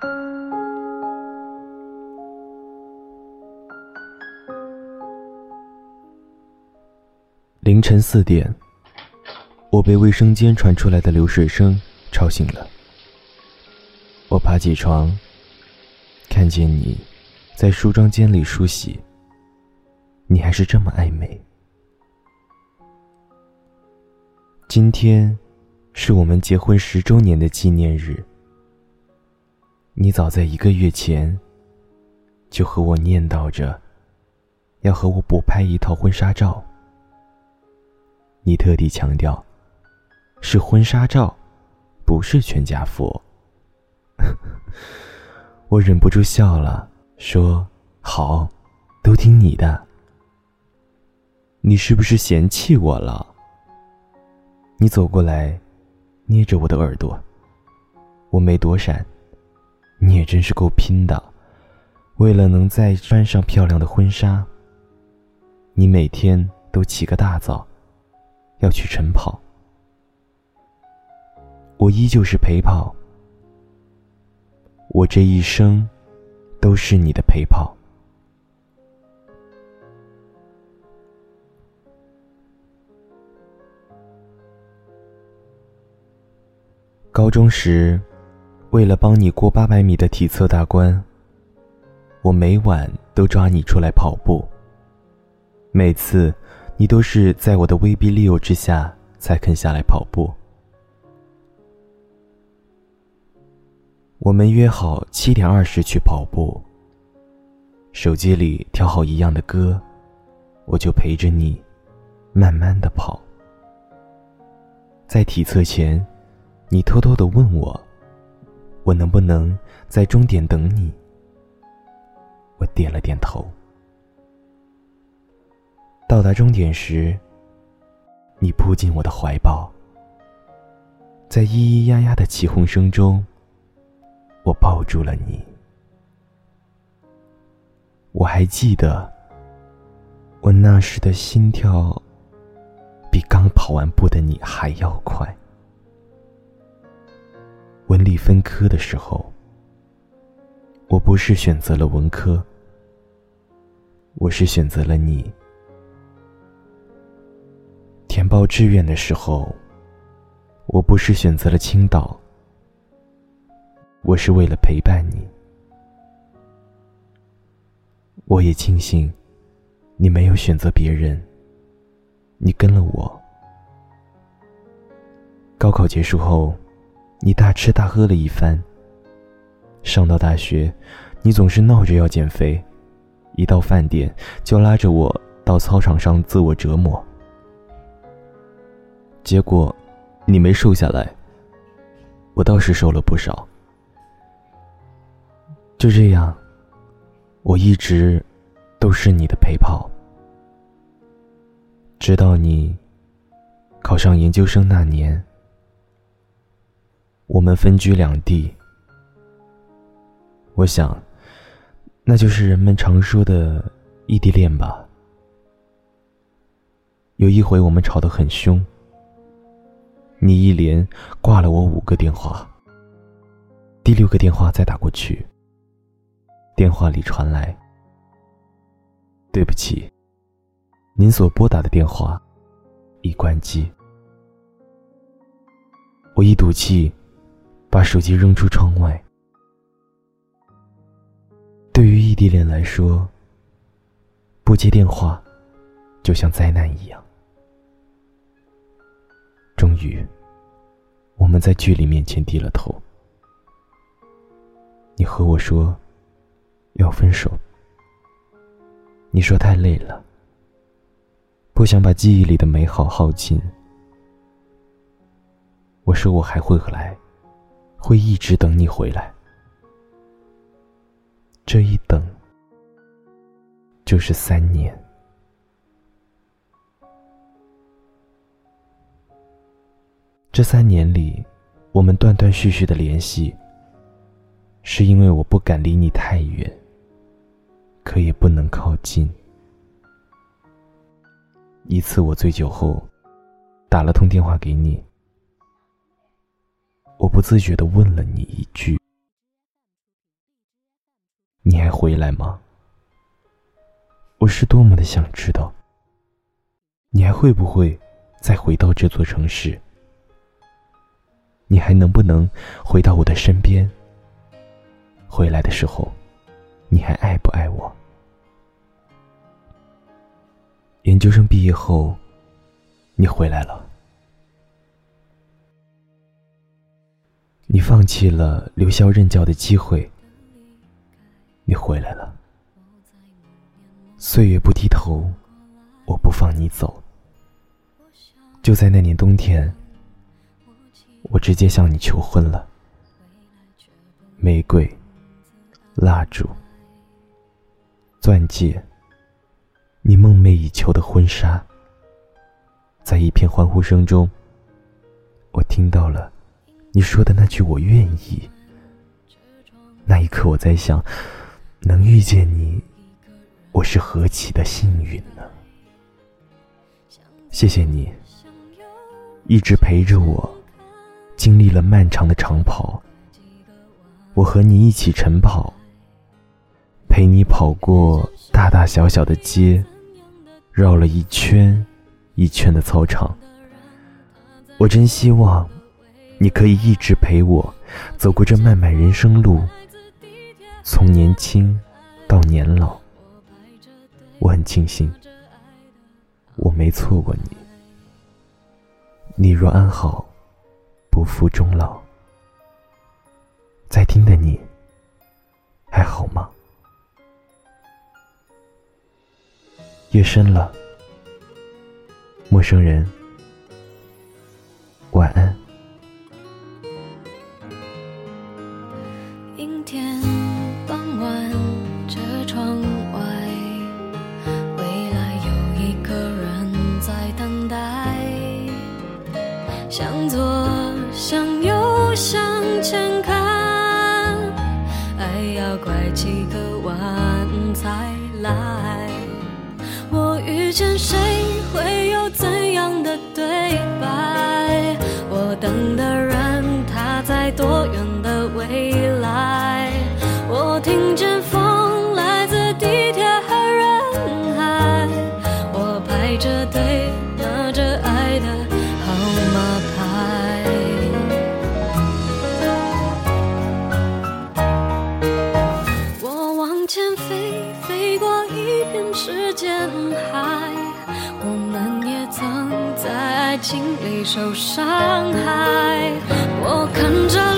凌晨4点，我被卫生间传出来的流水声吵醒了。我爬起床，看见你在梳妆间里梳洗，你还是这么爱美。今天是我们结婚10周年的纪念日，你早在1个月前就和我念叨着要和我补拍一套婚纱照。你特地强调是婚纱照，不是全家福。我忍不住笑了，说好，都听你的。你是不是嫌弃我了？你走过来捏着我的耳朵，我没躲闪。你也真是够拼的，为了能再穿上漂亮的婚纱，你每天都起个大早要去晨跑。我依旧是陪跑，我这一生都是你的陪跑。高中时，为了帮你过800米的体测大关，我每晚都抓你出来跑步。每次你都是在我的威逼利诱之下才肯下来跑步。我们约好7点20去跑步，手机里调好一样的歌，我就陪着你慢慢地跑。在体测前，你偷偷地问我能不能在终点等你。我点了点头。到达终点时，你扑进我的怀抱，在咿咿呀呀的起哄声中，我抱住了你。我还记得，我那时的心跳比刚跑完步的你还要快。文理分科的时候，我不是选择了文科，我是选择了你。填报志愿的时候，我不是选择了青岛，我是为了陪伴你。我也庆幸你没有选择别人，你跟了我。高考结束后，你大吃大喝了一番。上到大学，你总是闹着要减肥，一到饭点就拉着我到操场上自我折磨。结果你没瘦下来，我倒是瘦了不少。就这样，我一直都是你的陪跑，直到你考上研究生那年，我们分居两地。我想，那就是人们常说的异地恋吧。有一回我们吵得很凶，你一连挂了我5个电话，第6个电话再打过去，电话里传来：对不起，您所拨打的电话已关机。我一赌气，把手机扔出窗外。对于异地恋来说，不接电话就像灾难一样。终于，我们在距离面前低了头。你和我说要分手，你说太累了，不想把记忆里的美好耗尽。我说我还会回来，会一直等你回来。这一等就是3年。这3年里，我们断断续续的联系，是因为我不敢离你太远，可也不能靠近。一次我醉酒后，打了通电话给你，我不自觉地问了你一句： 你还回来吗？我是多么的想知道，你还会不会再回到这座城市？你还能不能回到我的身边？回来的时候，你还爱不爱我？研究生毕业后，你回来了。你放弃了留校任教的机会，你回来了。岁月不低头，我不放你走。就在那年冬天，我直接向你求婚了。玫瑰、蜡烛、钻戒，你梦寐以求的婚纱。在一片欢呼声中，我听到了你说的那句我愿意。那一刻我在想，能遇见你，我是何其的幸运呢。谢谢你一直陪着我，经历了漫长的长跑。我和你一起晨跑，陪你跑过大大小小的街，绕了一圈一圈的操场。我真希望你可以一直陪我走过这漫漫人生路，从年轻到年老。我很庆幸我没错过你。你若安好，不负终老。在听的你还好吗？夜深了，陌生人，晚安。 阴天傍晚，车窗外，未来有一个人在等待。向左，向右，向前看，爱要拐几个弯才来。我遇见谁，会有怎样的对白？我等的人，他在多远的未来？我听见风来自地铁和人海，我排着队拿着爱的号码牌。我往前飞，飞过一片时间海，我们也曾在爱情里受伤害。我看着